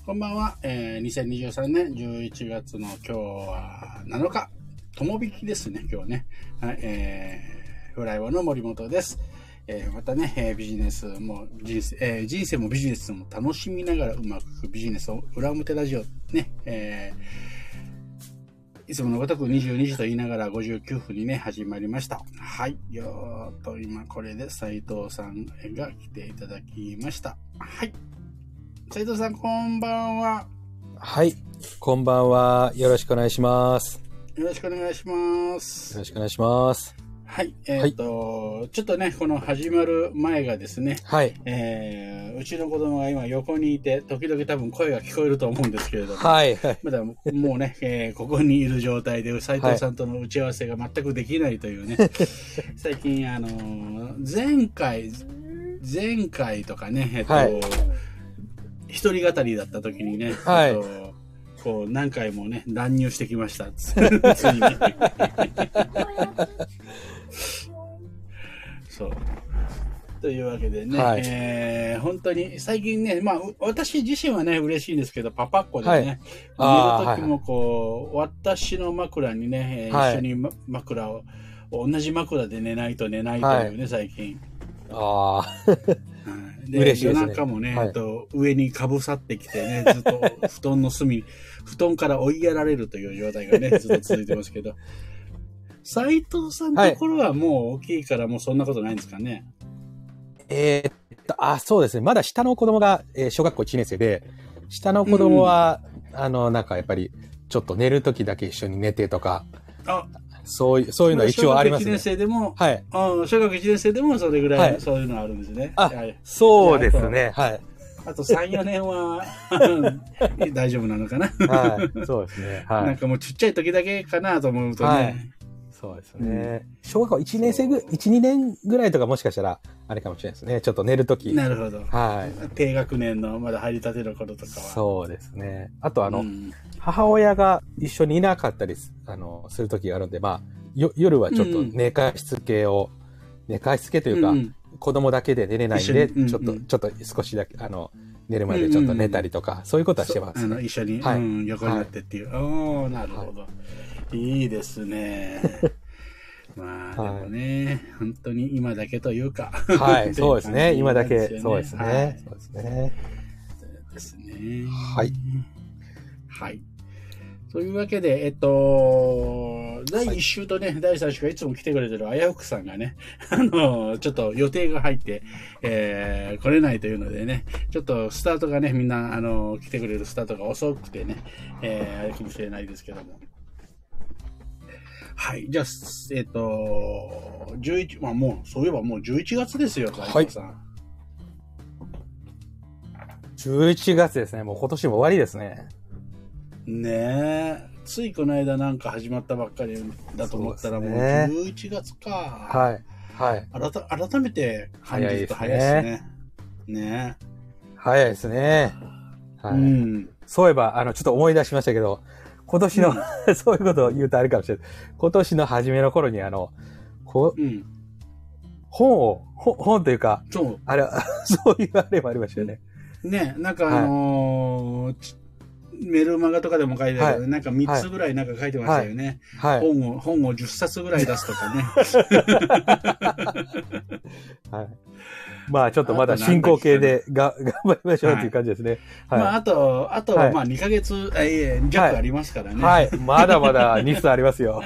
こんばんは。2023年11月の今日は7日、友引きですね、今日ね。はい、フライワの森本です。またね、ビジネスも人生もビジネスも楽しみながらうまくビジネスを裏表ラジオね、いつものごとく22時と言いながら59分にね、始まりました。はい。今これで斉藤さんが来ていただきました。はい。斉藤さん、こんばんは。 はい。こんばんは。よろしくお願いします。 よろしくお願いします。 よろしくお願いします。 はい。ちょっとね、この始まる前がですね、 はい。 うちの子供が今横にいて、時々多分声が聞こえると思うんですけれども、 はい。 まだもうね、ここにいる状態で斉藤さんとの打ち合わせが全くできないというね、最近前回とかね、一人語りだった時にね、 はい。 こう何回もね、乱入してきました。ついに。そう。というわけでね、 はい、 本当に最近ね、まあ私自身はね、嬉しいんですけど、パパっ子でね、 はい、 寝る時もこう、私の枕にね、一緒に枕を、同じ枕で寝ないと寝ないというね、最近。 ああ。 で、 嬉しいですね。 夜中もね、上にかぶさってきてね、ずっと布団から追いやられるという状態がね、ずっと続いてますけど。斉藤さんのところはもう大きいからもうそんなことないんですかね。 そうですね。まだ下の子供が、小学校1年生で、下の子供は、なんかやっぱり、ちょっと寝るときだけ一緒に寝てとか、そういうのは一応ありますね。 小学1年生でも、 はい。 小学1年生でもそれぐらい、そういうのあるんですね。 そうですね。はい。 あと3、4年は大丈夫なのかな。 はい。そうですね。はい。 なんかもうちっちゃい時だけかなと思うとね。 はい。そうですね。小学校1年生1、2年ぐらいとかもしかしたら、あれかもしれないですね。ちょっと寝るとき。 なるほど。 はい。 低学年のまだ入りたての頃とかは。 そうですね。あと母親が一緒にいなかったりするときがあるんで、まあ、夜はちょっと寝かしつけというか、子供だけで寝れないんで、ちょっと少しだけ、寝るまでちょっと寝たりとか、そういうことはしてます。 一緒に、横になってっていう。なるほど。いいですね。まあ、でもね、本当に今だけというか。 はい、そうですね。今だけ、そうですね。そうですね。 ですね。 はい。 はい。というわけで、第1週とね、第3週がいつも来てくれてるあやふくさんがね、ちょっと予定が入って、来れないというのでね、ちょっとスタートがね、みんな、来てくれるスタートが遅くてね、あれかもしれないですけども。はい。じゃあ、まあもう、そういえばもう11月ですよ、斉藤さん。はい。 11月ですね。もう今年も終わりですね。 ねえ。ついこの間なんか始まったばっかりだと思ったらもう11月か。 はい。はい。 改めて感じると早いですね。ねえ。 早いですね。はい。そういえば、ちょっと思い出しましたけど、今年の、そういうことを言うとあれかもしれない。今年の初めの頃に本というか、あれ、そういうあれもありましたよね。 ね、なんかメルマガとかでも書いてたけど、なんか3つぐらいなんか書いてましたよね。はい。本を10冊ぐらい出すとかね。 はい。まあちょっとまだ進行形で頑張りましょうっていう感じですね。 はい。まああとまあ2ヶ月弱ありますからね。 はい。まだまだ日数ありますよ。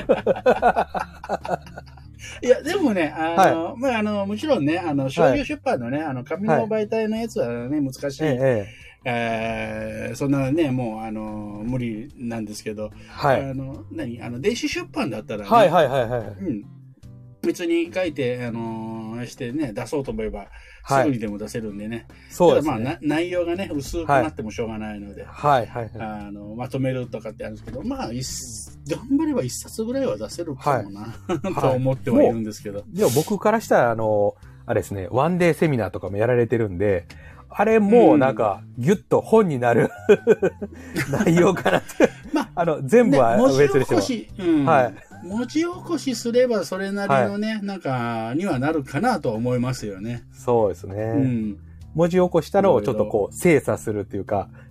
いや、でもね、まあもちろんね、商業出版のね、紙の媒体のやつはね、難しい。そんなね、もう、無理なんですけど、はい。電子出版だったらね、 はい。 別に書いて、してね、出そうと思えば、すぐにでも出せるんでね。 そうですね。 ただまあ、内容がね、薄くなってもしょうがないので、まとめるとかってあるんですけど、まあ、頑張れば一冊ぐらいは出せるかもな、と思ってはいるんですけど。 でも僕からしたら、あれですね、ワンデーセミナーとかもやられてるんで、あれもうなんか、ギュッと本になる内容かなって。まあ、全部は別にしても。はい。 文字起こしすればそれなりのね、なんか、にはなるかなと思いますよね。 そうですね。文字起こしたのをちょっとこう、精査するっていうか、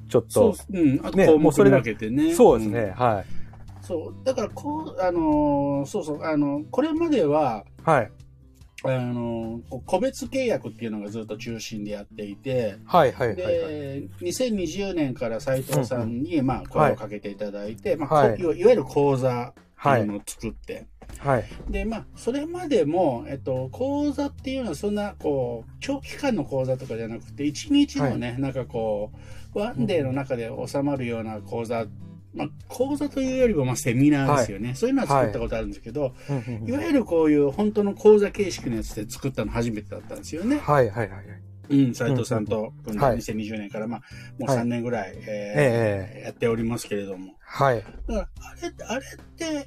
ちょっと。 そう、うん。あと項目に分けてね。 そうですね、はい。 そう。だから、そうそう、これまでは、 はい。 個別契約っていうのがずっと中心でやっていて、 はいはいはい、はい。 で、2020年から斉藤さんに、まあ、声をかけていただいて、まあ、 はい、 いわゆる講座っていうのを作って、 はい。 で、まあ、それまでも、講座っていうのはそんな、長期間の講座とかじゃなくて、1日のね、なんかワンデーの中で収まるような講座、まあ、講座というよりも、まあ、セミナーですよね。そういうのは作ったことあるんですけど、いわゆるこういう本当の講座形式のやつで作ったの初めてだったんですよね。 はいはいはい。 うん、斉藤さんと組んで2020年から、まあ、もう3年ぐらい、やっておりますけれども。 はい。 だから、あれって、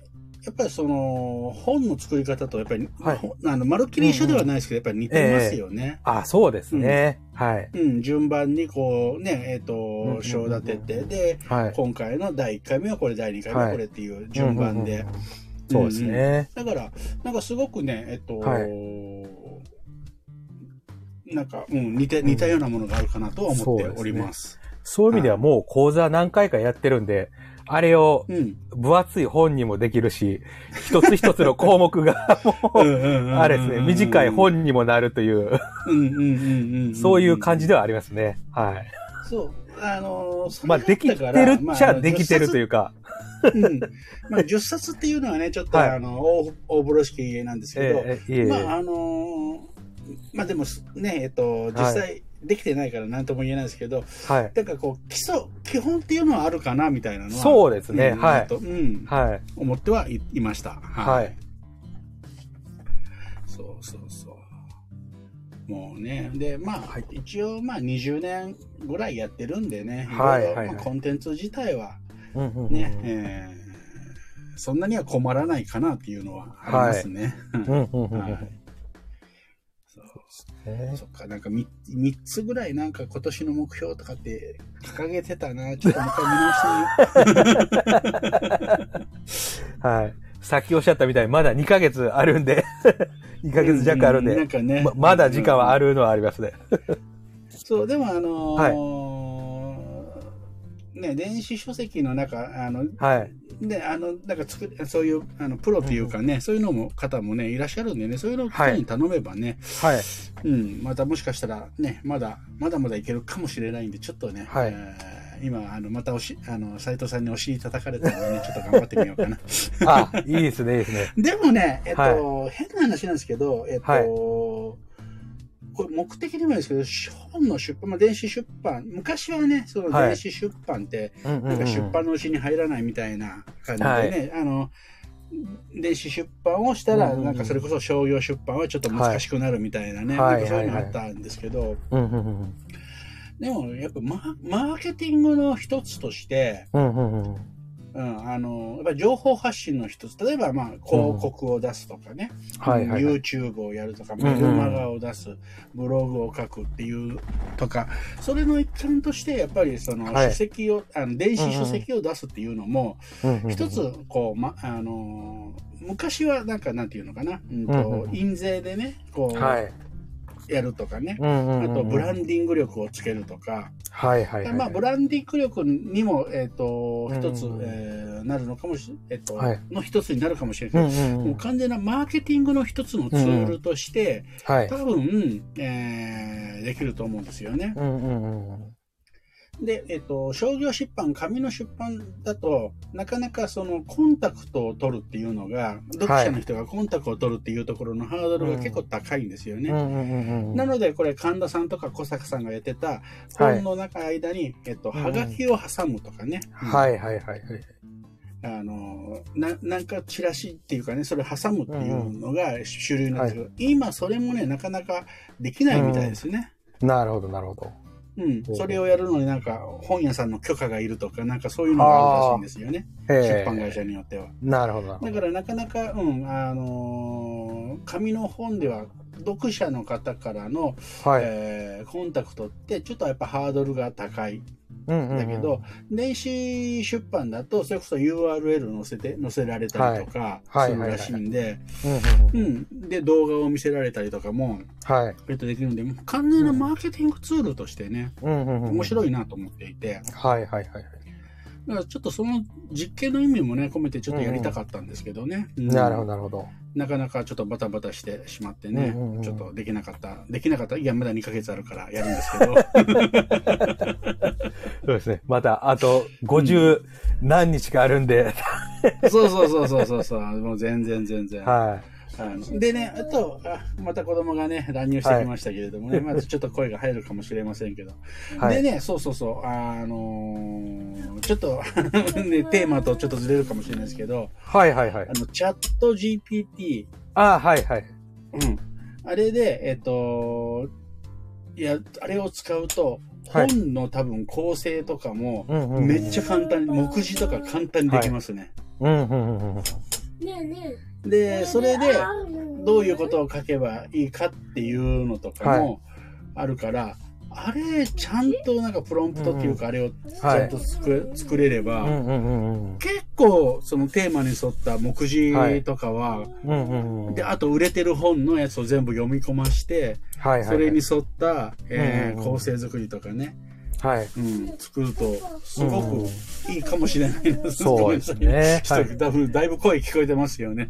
やっぱり本の作り方と、やっぱり、まるっきり一緒ではないですけど、やっぱり似てますよね。 そうですね。はい。 うん、順番に章立てて、で、今回の第1回目はこれ、第2回目はこれっていう順番で。 そうですね。 だから、なんかすごくね、なんか、似たようなものがあるかなとは思っております。 そういう意味ではもう講座何回かやってるんで、あれを分厚い本にもできるし、一つ一つの項目がもう、あれですね、短い本にもなるという、そういう感じではありますね。はい。 そう。 まあ、できてるっちゃできてるというか。 まあ、10冊っていうのはね、ちょっと、大風呂敷なんですけど、まあでもね、実際できてないから何とも言えないですけど、なんか基本っていうのはあるかなみたいなのは。 そうですね、はい。 思ってはいました。 はい。 そうそうそう。もうね、で、まあ、一応、まあ20年ぐらいやってるんでね、コンテンツ自体は、ね、そんなには困らないかなっていうのはありますね。そっか、なんか3つぐらいなんか今年の目標とかって掲げてたな。ちょっともう一回見直してみよう。 はい。さっきおっしゃったみたいにまだ2ヶ月あるんで、2ヶ月弱あるんで、なんかね、まだ時間はあるのはありますね。 そう、でもね、電子書籍の中、で、なんかそういう、プロというかね、そういうのも、方もね、いらっしゃるんでね、そういうのを人に頼めばね、またもしかしたらね、まだいけるかもしれないんで、ちょっとね、今、また斉藤さんにお尻叩かれたのでね、ちょっと頑張ってみようかな。 いいですね、いいですね。 でもね、変な話なんですけど、これ目的でもいいですけど、本の出版、電子出版、昔はね、その電子出版って、なんか出版のうちに入らないみたいな感じでね、電子出版をしたら、なんかそれこそ商業出版はちょっと難しくなるみたいなね、なんかそういうのがあったんですけど、でもやっぱマーケティングの一つとして、やっぱり情報発信の一つ、例えば広告を出すとかね、YouTube をやるとか、メルマガを出す、ブログを書くっていうとか、それの一環としてやっぱりその書籍を、電子書籍を出すっていうのも、一つ昔はなんていうのかな、印税でね、やるとかね、あとブランディング力をつけるとか、ブランディング力にも、一つ、なるのかもしれの一つになるかもしれないけど、もう完全なマーケティングの一つのツールとして、多分、できると思うんですよね。で、商業出版、紙の出版だと、なかなかそのコンタクトを取るっていうのが、読者の人がコンタクトを取るっていうところのハードルが結構高いんですよね。なので、これ神田さんとか小坂さんがやってた、本の間に、はがきを挟むとかね。なんかチラシっていうかね、それ挟むっていうのが主流なんですけど、今それもね、なかなかできないみたいですね。 なるほど、なるほど。 それをやるのになんか本屋さんの許可がいるとか、なんかそういうのがあるらしいんですよね。出版会社によっては。 なるほど。 だからなかなか、紙の本では読者の方からの、コンタクトってちょっとやっぱハードルが高い。 だけど、電子出版だと、それこそ URL 載せられたりとかするらしいんで、で、動画を見せられたりとかも、できるんで、完全なマーケティングツールとしてね、面白いなと思っていて、だからちょっとその実験の意味もね、込めてちょっとやりたかったんですけどね。 なるほど、なるほど。 なかなかちょっとバタバタしてしまってね、ちょっとできなかった、いや、まだ2ヶ月あるからやるんですけど。 そうですね。また、あと50何日かあるんで。 そう。もう全然。でね、あと、また子供がね、乱入してきましたけれどもね、まずちょっと声が入るかもしれませんけど。でね、そう、ちょっと、ね、テーマとちょっとずれるかもしれないですけど、チャット GPT。あれで、あれを使うと、本の多分構成とかも、めっちゃ簡単に、目次とか簡単にできますね。で、それで、どういうことを書けばいいかっていうのとかもあるから、あれ、ちゃんとなんかプロンプトっていうか、あれをちゃんと作れれば、結構そのテーマに沿った目次とかは、で、あと売れてる本のやつを全部読み込まして、それに沿った構成作りとかね、作ると、すごくいいかもしれないです。 そうですね。 多分、だいぶ声聞こえてますよね。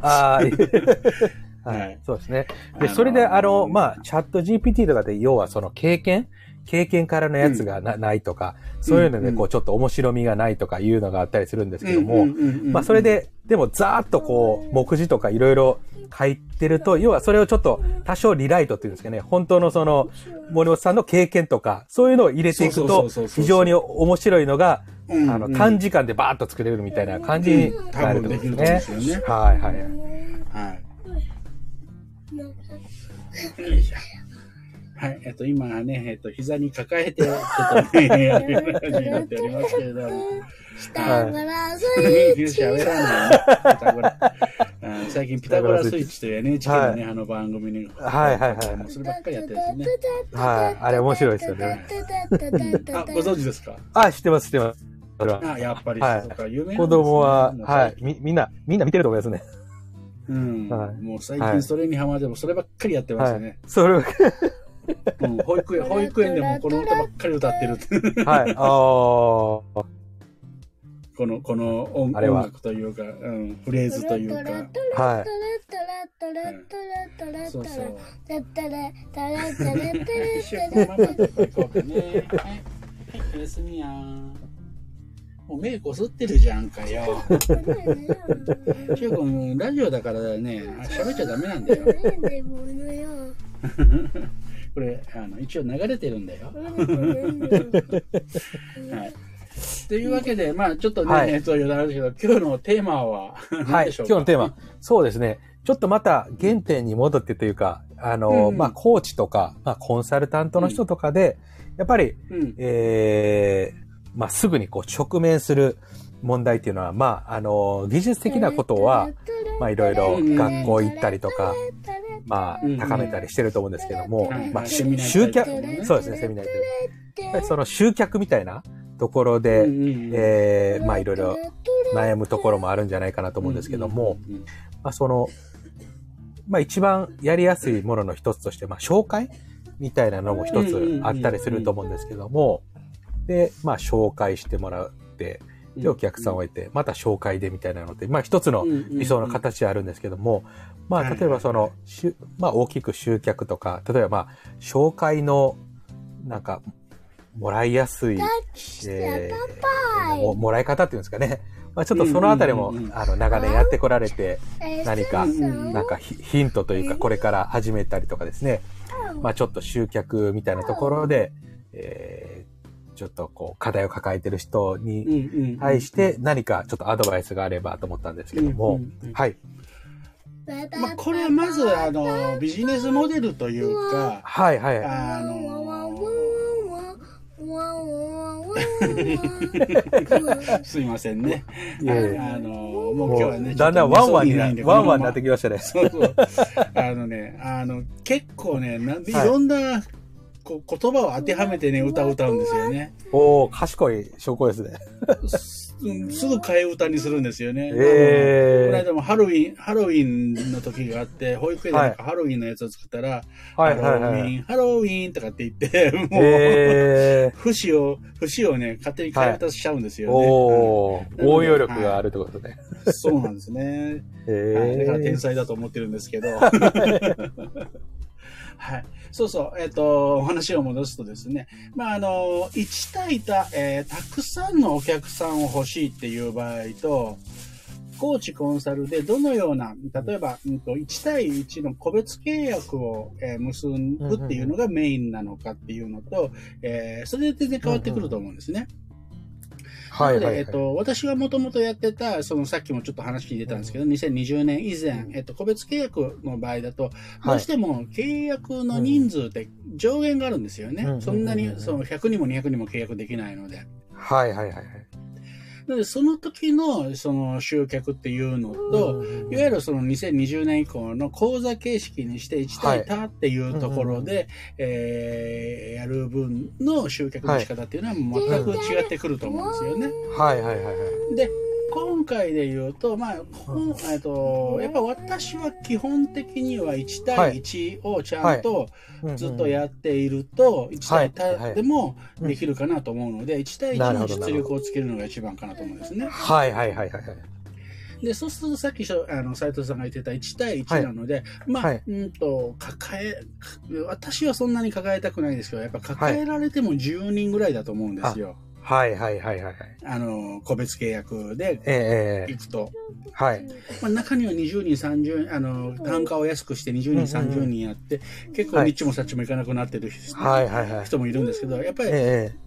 そうですね。で、それで、チャット GPT とかで、要はその経験からのやつがないとか、そういうので、こう、ちょっと面白みがないとかいうのがあったりするんですけども、それで、でも、ざーっとこう、目次とかいろいろ書いてると、要はそれをちょっと多少リライトっていうんですかね、本当のその、森本さんの経験とか、そういうのを入れていくと、非常に面白いのが、短時間でバーッと作れるみたいな感じになると思うんですね。 はい。今ね、膝に抱えて、ちょっとね、やる感じになっておりますけれども。 ピタゴラスイッチ。 喋らないね。ピタゴラ。最近ピタゴラスイッチという NHK のね、番組に。そればっかりやってるんですね。 あれ面白いですよね。 ご存知ですか？ 知ってます。 やっぱり、 子供は、みんな見てると思いますね。 もう最近それにハマっても、そればっかりやってますよね。 それ保育園でもこの歌ばっかり歌ってる。この音楽というか、フレーズというか。そう。一緒にママとこ行こうかね。おやすみやん。もう目こすってるじゃんかよ。しゅうくん、ラジオだからね、喋っちゃダメなんだよ。これ、一応流れてるんだよ。というわけで、ちょっとね、余談あるけど、今日のテーマは何でしょうか？ 今日のテーマ。そうですね。ちょっとまた原点に戻ってというか、コーチとか、コンサルタントの人とかで、やっぱり、すぐにこう直面する問題っていうのは、技術的なことは、いろいろ学校行ったりとか、高めたりしてると思うんですけども、集客、そうですね、セミナー行って。その集客みたいなところで、いろいろ悩むところもあるんじゃないかなと思うんですけども、一番やりやすいものの一つとして、紹介みたいなのも一つあったりすると思うんですけども、で、紹介してもらって、で、お客さんを得て、また紹介でみたいなので、一つの理想の形はあるんですけども、例えば大きく集客とか、例えば紹介の、もらいやすい、もらい方っていうんですかね。ちょっとそのあたりも、長年やってこられて、何かヒントというか、これから始めたりとかですね。ちょっと集客みたいなところで、ちょっとこう、課題を抱えてる人に対して何かちょっとアドバイスがあればと思ったんですけども、はい。 これはまず、ビジネスモデルというか、すいませんね。もう今日はね、 だんだんワンワンになってきましたね。 結構ね、いろんなこう言葉を当てはめてね、歌を歌うんですよね。 おー、賢い証拠ですね。 すぐ替え歌にするんですよね。この間もハロウィンの時があって、保育園でなんかハロウィンのやつを作ったら、ハロウィンとかって言って、もう、節をね、勝手に替え歌しちゃうんですよね。 おー、応用力があるってことね。 そうなんですね。だから天才だと思ってるんですけど。はい。そうそう。お話を戻すとですね。まあ、1対たくさんのお客さんを欲しいっていう場合と、コーチコンサルでどのような、例えば、1対1の個別契約を、結ぶっていうのがメインなのかっていうのと、それで全然変わってくると思うんですね。はい。私がもともとやってた、さっきもちょっと話に出たんですけど、2020年以前、個別契約の場合だと、どうしても契約の人数って上限があるんですよね。そんなに、100人も200人も契約できないので。 はいはいはい。 なので、その時の、集客っていうのと、いわゆる2020年以降の講座形式にして1対他っていうところで、やる分の集客の仕方っていうのは全く違ってくると思うんですよね。 はいはいはい。 で、今回で言うと、まあ、やっぱ私は基本的には1対1をちゃんとずっとやっていると、1対他でもできるかなと思うので、1対1の出力をつけるのが一番かなと思うんですね。 はいはいはいはい。 で、そうするとさっき斉藤さんが言ってた1対1なので、まあ、私はそんなに抱えたくないですけど、やっぱ抱えられても10人ぐらいだと思うんですよ。 はいはいはいはい。 個別契約で行くと。 はい。 まあ、中には20人、30人、単価を安くして20人、30人やって、結構ニッチもサッチもいかなくなってる人もいるんですけど、やっぱり、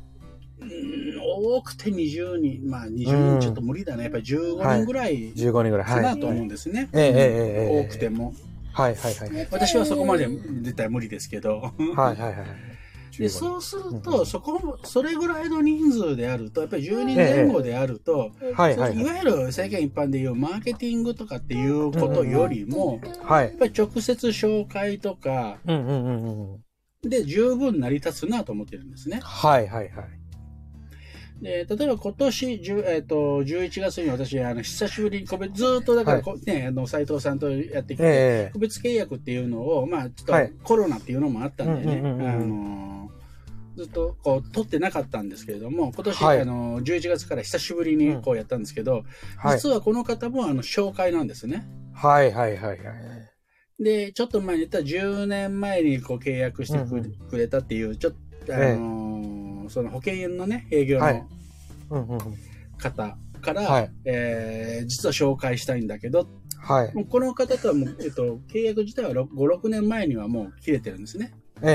多くて20人、まあ20人ちょっと無理だね。やっぱり15人ぐらいかなと思うんですね。多くても。 はいはいはい。 私はそこまで絶対無理ですけど。 はいはいはい。 で、そうすると、それぐらいの人数であると、やっぱり10人前後であると、いわゆる世間一般でいうマーケティングとかっていうことよりも、やっぱり直接紹介とか、で十分成り立つなと思ってるんですね。 はいはいはい。 で、例えば今年11月に私、久しぶりにずっとだからね、斉藤さんとやってきて、個別契約っていうのを、まあ、ちょっとコロナっていうのもあったんでね、ずっとこう取ってなかったんですけれども、今年、11月から久しぶりにこうやったんですけど、実はこの方も紹介なんですね。 はいはいはいはい。 で、ちょっと前に言った10年前にこう契約してくれたっていう、ちょっと、その保険のね、営業の方から、実は紹介したいんだけど、この方とはもう、契約自体は5、6年前にはもう切れてるんですね。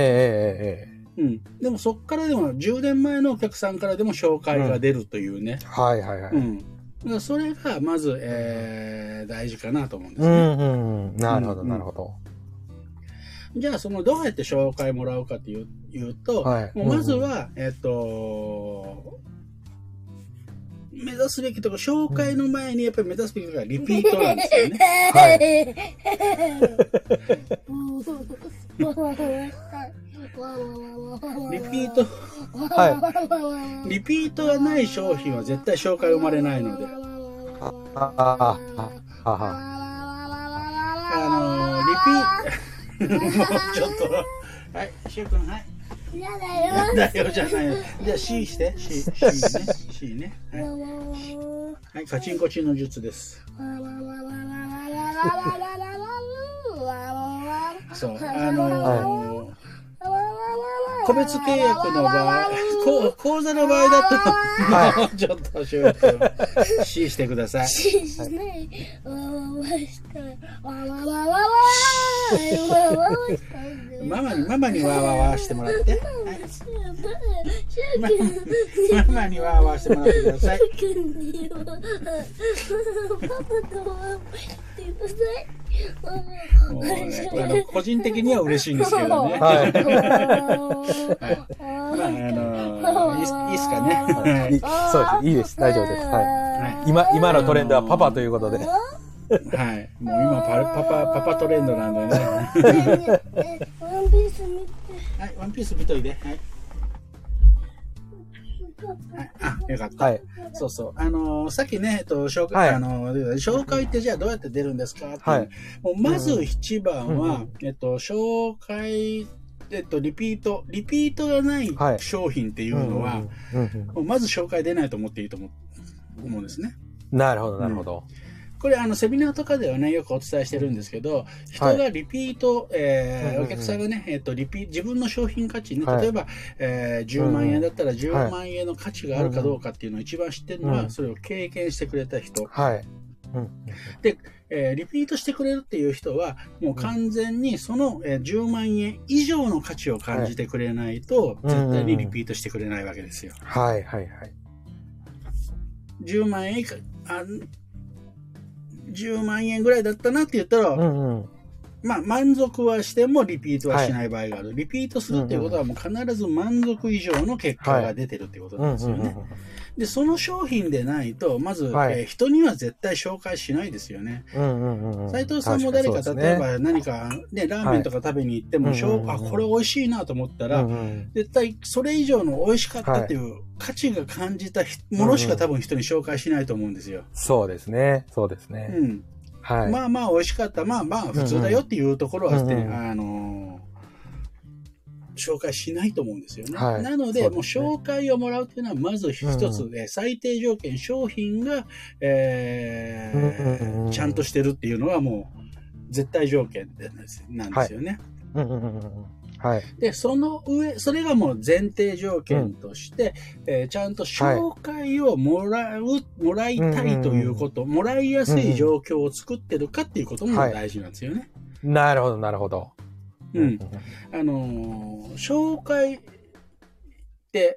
でもそっからでも10年前のお客さんからでも紹介が出るというね。 はいはいはい。 だからそれがまず、大事かなと思うんですね。 なるほどなるほど。 じゃあ、どうやって紹介もらうかというと、もうまずは、目指すべきところ、紹介の前にやっぱり目指すべきところはリピートなんですよね。リピートがない商品は絶対紹介生まれないので。もうちょっと、はい、しゅうくん、はい。 やだよじゃないよ。じゃあ C して、C ね。はい、カチンコチンの術です。そう、個別契約の場合、講座の場合だと、ちょっとしゅうくん、C してください。 C しない。 ママにワーワーワーしてもらって。はい、ママにワーワーしてもらってください。もうね、個人的には嬉しいんですけどね。いいですかね。 そうです。いいです。大丈夫です。今のトレンドはパパということで。 はい。もう今パパトレンドなんでね。 ワンピース見て。 はい、ワンピース見といで。はい。はい、あ、よかった。 はい。 そうそう。さっきね、紹介、 はい紹介ってじゃあどうやって出るんですかっていう、 はい。 もうまず一番は、 うん紹介、リピートがないはい商品っていうのは、もうまず紹介出ないと思っていいと思うんですね。 なるほど、なるほど。 これセミナーとかではね、よくお伝えしてるんですけど、人がリピート、お客さんがね、自分の商品価値ね、例えば、10万円だったら10万円の価値があるかどうかっていうのを一番知ってるのは、それを経験してくれた人。 はい。 で、リピートしてくれるっていう人は、もう完全にその10万円以上の価値を感じてくれないと、絶対にリピートしてくれないわけですよ。 はい、はい、はい。 10万円以下、10万円ぐらいだったなって言ったら、まあ、満足はしてもリピートはしない場合がある。リピートするっていうことはもう必ず満足以上の結果が出てるっていうことなんですよね。で、その商品でないと、まず、人には絶対紹介しないですよね。斉藤さんも誰か、例えば何か、ね、ラーメンとか食べに行っても、これ美味しいなと思ったら、絶対それ以上の美味しかったっていう価値が感じたものしか多分人に紹介しないと思うんですよ。 そうですね。そうですね。はい。 まあまあ美味しかった。まあまあ普通だよっていうところはね、紹介しないと思うんですよね。なので、もう紹介をもらうっていうのは、まず一つで、最低条件、商品が、ちゃんとしてるっていうのはもう絶対条件なんですよね。 はい。 で、その上、それがもう前提条件として、ちゃんと紹介をもらいたいということ、もらいやすい状況を作ってるかっていうことも大事なんですよね。 なるほど、なるほど。 紹介って、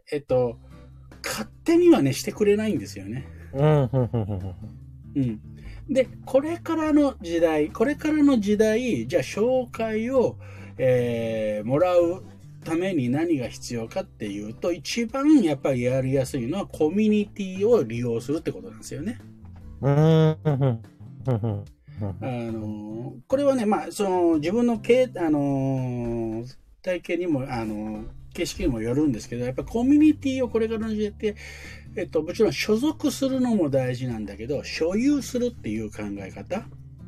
勝手にはね、してくれないんですよね。で、これからの時代、じゃあ紹介を、もらうために何が必要かっていうと、一番やっぱりやりやすいのはコミュニティを利用するってことなんですよね。これはね、まあ、自分の体験にも、形式にもよるんですけど、やっぱコミュニティをこれからの時代って、もちろん所属するのも大事なんだけど、所有するっていう考え方。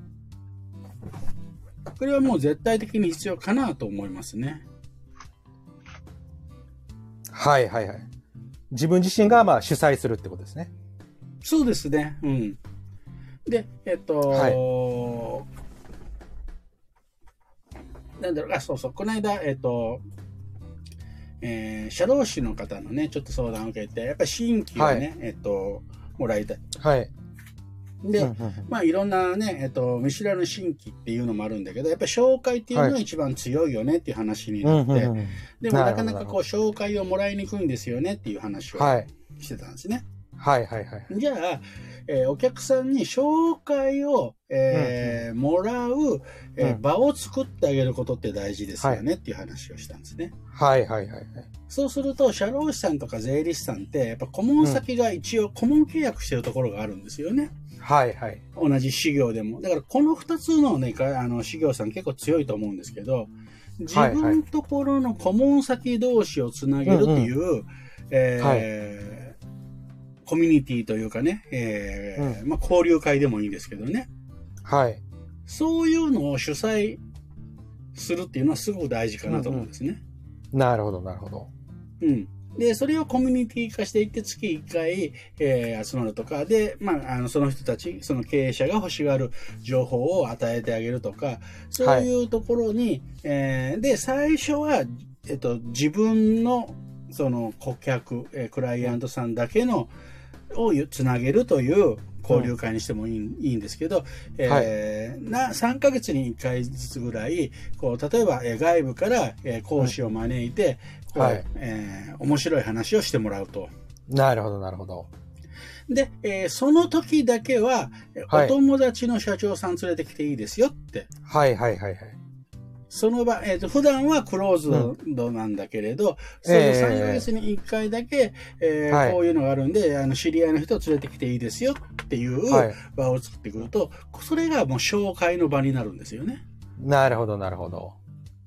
これはもう絶対的に必要かなと思いますね。 はいはいはい。自分自身がまあ主催するってことですね。 そうですね。で、なんだろう、そうそう、この間、社労士の方のね、ちょっと相談を受けて、やっぱり新規をね、もらいたい。で、まあいろんなね、見知らぬ新規っていうのもあるんだけど、やっぱり紹介っていうのが一番強いよねっていう話になって、でもなかなかこう紹介をもらいにくいんですよねっていう話をしてたんですね。じゃあ、お客さんに紹介を、もらう、場を作ってあげることって大事ですよねっていう話をしたんですね。そうすると、社労士さんとか税理士さんって、やっぱ顧問先が一応顧問契約してるところがあるんですよね。同じ事業でも。だからこの2つのね、事業さん結構強いと思うんですけど、自分のところの顧問先同士をつなげるっていう、コミュニティというかね、まあ交流会でもいいんですけどね。そういうのを主催するっていうのはすごく大事かなと思うんですね。 なるほど、なるほど。 で、それをコミュニティ化していって月1回、集まるとか、で、まあ、その人たち、その経営者が欲しがる情報を与えてあげるとか、そういうところに、で、最初は、自分の、その顧客、クライアントさんだけの、をつなげるという交流会にしてもいいんですけど、3ヶ月に1回ずつぐらい、こう、例えば、外部から、講師を招いて、面白い話をしてもらうと。 なるほど、なるほど。 で、その時だけは、お友達の社長さん連れてきていいですよって。その場、普段はクローズドなんだけれど、その3ヶ月に1回だけ、こういうのがあるんで、知り合いの人を連れてきていいですよっていう場を作ってくると、それがもう紹介の場になるんですよね。 なるほど、なるほど。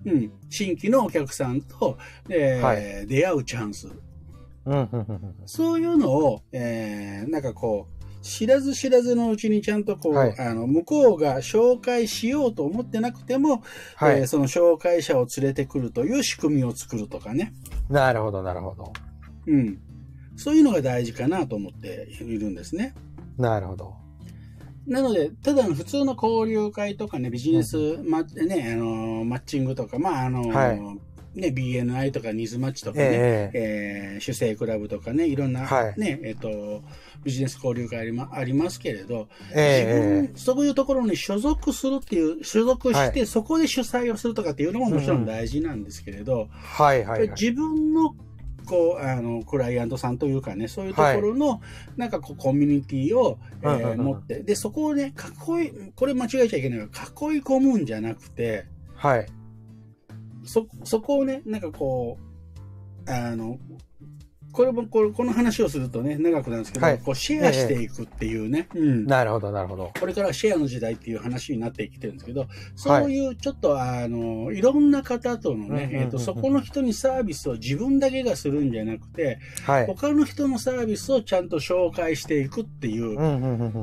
新規のお客さんと、出会うチャンス。そういうのを、なんかこう、知らず知らずのうちにちゃんとこう、向こうが紹介しようと思ってなくても、その紹介者を連れてくるという仕組みを作るとかね。 なるほど、なるほど。 そういうのが大事かなと思っているんですね。 なるほど。 なので、ただの普通の交流会とかね、ビジネス、マッチングとか、BNI とかニズマッチとかね、主催クラブとかね、いろんなね、ビジネス交流会ありますけれど、そういうところに所属するっていう、所属して、そこで主催をするとかっていうのももちろん大事なんですけれど、自分のこう、クライアントさんというかね、そういうところの、なんかこう、コミュニティを、持って、で、そこをね、これ間違えちゃいけないのは、囲い込むんじゃなくて、そこをね、なんかこう、この話をするとね、長くなるんですけど、こうシェアしていくっていうね。 なるほど、なるほど。 これからシェアの時代っていう話になってきてるんですけど、そういうちょっといろんな方とのね、そこの人にサービスを自分だけがするんじゃなくて、他の人のサービスをちゃんと紹介していくっていう、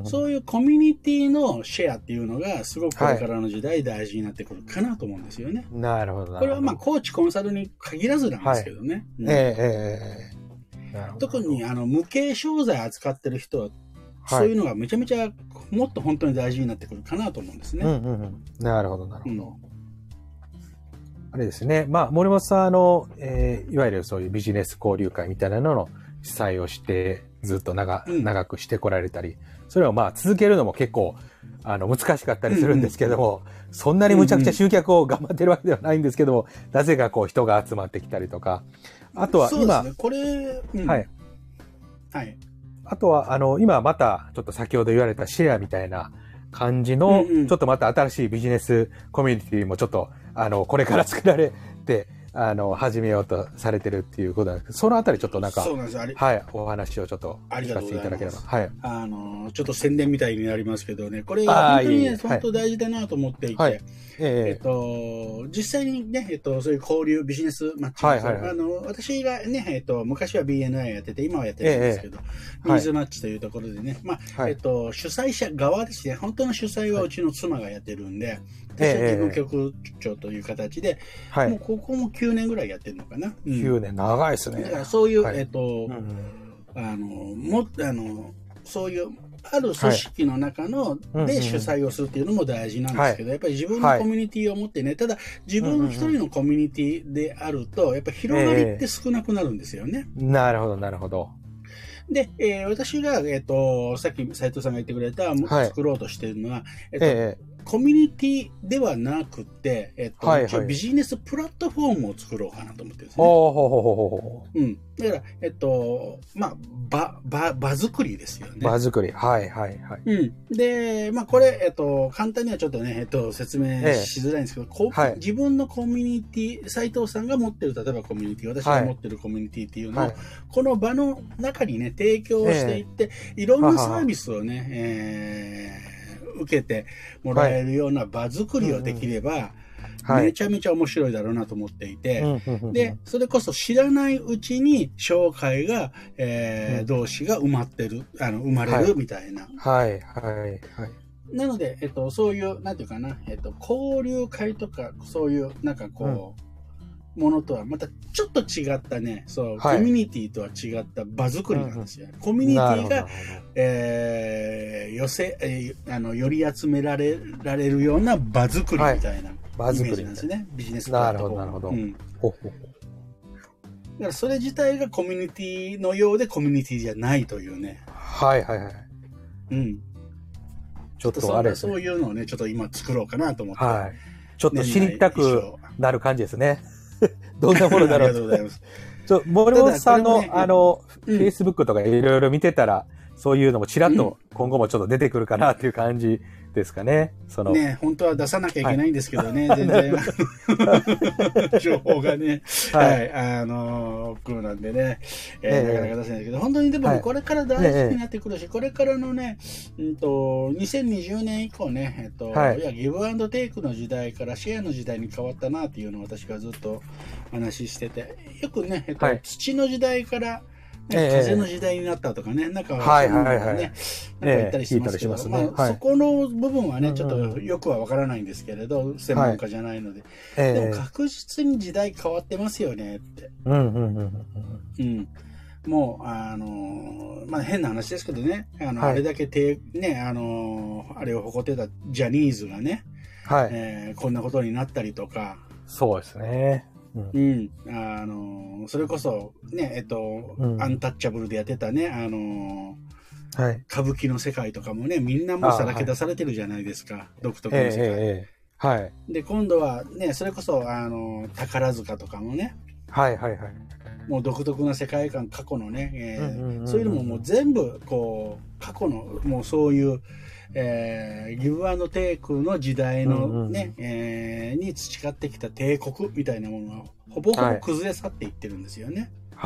そういうコミュニティのシェアっていうのがすごくこれからの時代大事になってくるかなと思うんですよね。 なるほど。 これはまあコーチコンサルに限らずなんですけどね。特に無形商材扱ってる人は、そういうのがめちゃめちゃもっと本当に大事になってくるかなと思うんですね。 なるほど、なるほど。あれですね。まあ、森本さん、いわゆるそういうビジネス交流会みたいなのの主催をして、ずっと長くしてこられたり、それをまあ続けるのも結構、難しかったりするんですけども、そんなにむちゃくちゃ集客を頑張ってるわけではないんですけども、なぜかこう人が集まってきたりとか、あとは今、 そうですね、これ、 あとは、今また、ちょっと先ほど言われたシェアみたいな感じの、ちょっとまた新しいビジネスコミュニティもちょっと、これから作られて、始めようとされてるっていうことなんですけど、そのあたりちょっとなんか、お話をちょっと聞かせていただければ。 ちょっと宣伝みたいになりますけどね、これが本当にね、本当大事だなと思っていて、実際にね、そういう交流、ビジネスマッチング、私がね、昔は BNI やってて、今はやってるんですけど、ニーズマッチというところでね、主催者側ですね、本当の主催はうちの妻がやってるんで、私は事務局長という形で、もうここも9年ぐらいやってるのかな。 9年、長いですね。 だからそういう、そういう、ある組織の中で主催をするっていうのも大事なんですけど、やっぱり自分のコミュニティを持ってね、ただ自分一人のコミュニティであると、やっぱり広がりって少なくなるんですよね。 なるほど、なるほど。 で、私が、さっき斉藤さんが言ってくれた、作ろうとしているのは、コミュニティではなくて、ビジネスプラットフォームを作ろうかなと思ってるんですね。だから、場作りですよね。 場作り。 で、これ、簡単にはちょっとね、説明しづらいんですけど、自分のコミュニティ、斉藤さんが持ってる、例えばコミュニティ、私が持ってるコミュニティっていうのを、この場の中にね、提供していって、いろんなサービスをね、受けてもらえるような場作りをできれば、めちゃめちゃ面白いだろうなと思っていて、で、それこそ知らないうちに紹介が、同士が生まれるみたいな。なので、そういう、なんていうかな、交流会とか、そういう、なんかこう、ものとはまたちょっと違ったね、そう、コミュニティとは違った場作りなんですよ。コミュニティが、寄り集められるような場作りみたいなイメージなんですね。ビジネスプラットフォーム。なるほど、なるほど。だからそれ自体がコミュニティのようでコミュニティじゃないというね。ちょっとあれですね。そういうのをね、ちょっと今作ろうかなと思って。 ちょっと知りたくなる感じですね。どんなものだろう。 ありがとうございます。 森本さんの、Facebook とかいろいろ見てたら、そういうのもちらっと今後もちょっと出てくるかなっていう感じですかね。その。 ね、本当は出さなきゃいけないんですけどね、全然、情報がね、はい、来るなんでね、なかなか出せないけど、本当にでも、これから大事になってくるし、これからのね、2020年以降ね、いや、ギブアンドテイクの時代からシェアの時代に変わったなっていうのを私がずっと話してて、よくね、土の時代から、風の時代になったとかね、なんか、なんか言ったりしますけど、そこの部分はね、ちょっとよくはわからないんですけれど、専門家じゃないので。でも確実に時代変わってますよねって。もう、変な話ですけどね、あれだけね、あれを誇ってたジャニーズがね、こんなことになったりとか。 そうですね。 それこそ、ね、アンタッチャブルでやってたね、歌舞伎の世界とかもね、みんなもうさらけ出されてるじゃないですか、独特の世界。で、今度はね、それこそ、宝塚とかもね、もう独特な世界観、過去のね、そういうのももう全部、こう、過去の、もうそういう、ギブアンドテイクの時代のね、に培ってきた帝国みたいなものがほぼほぼ崩れ去っていってるんですよね。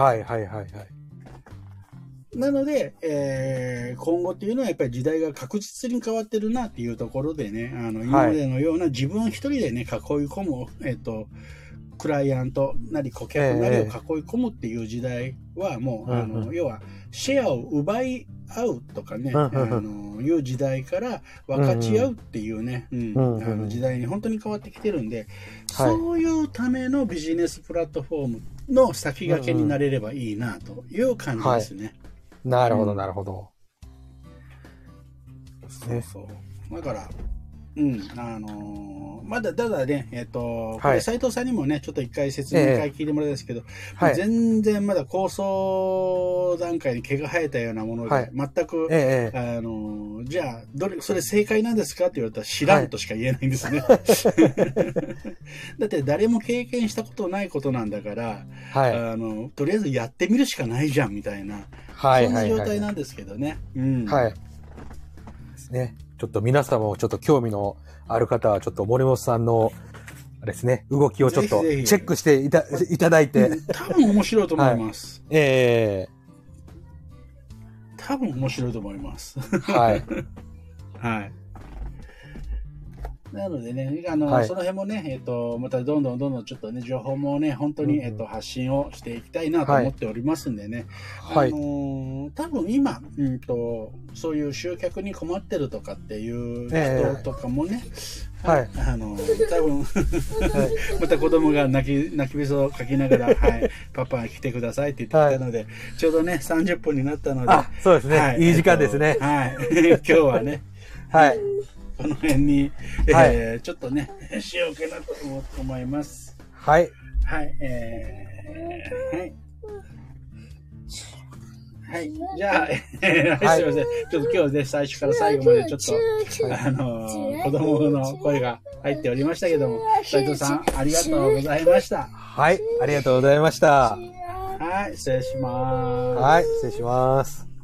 なので、今後っていうのはやっぱり時代が確実に変わってるなっていうところでね、今までのような自分一人でね、囲い込む、クライアントなり顧客なりを囲い込むっていう時代はもう、要はシェアを奪い合うとかね、いう時代から分かち合うっていうね、時代に本当に変わってきてるんで、そういうためのビジネスプラットフォームの先駆けになれればいいなという感じですね。 なるほど、なるほど。 そうそう。だから、まだね、これ斉藤さんにもね、ちょっと一回説明会聞いてもらいたいですけど、全然まだ構想段階に毛が生えたようなもので、全く、じゃあ、それ正解なんですかって言われたら知らんとしか言えないんですね。だって誰も経験したことないことなんだから、とりあえずやってみるしかないじゃんみたいな、そんな状態なんですけどね。 ですね。ちょっと皆さんもちょっと興味のある方はちょっと森本さんのあれですね、動きをちょっとチェックしていただいて。 多分面白いと思います。多分面白いと思います。はい。なのでね、その辺もね、またどんどんちょっとね、情報もね、本当に、発信をしていきたいなと思っておりますんでね。多分今、そういう集客に困ってるとかっていう人とかもね、多分、また子供が泣きべそをかきながら、パパ来てくださいって言ってきたので、ちょうどね、30分になったので。 そうですね。いい時間ですね。 今日はね。この辺に、ちょっとね、しようかなと思います。はい。じゃあ、すいません。ちょっと今日ね、最初から最後までちょっと、子供の声が入っておりましたけども、斉藤さん、ありがとうございました。 はい、ありがとうございました。 失礼します。 はい、失礼します。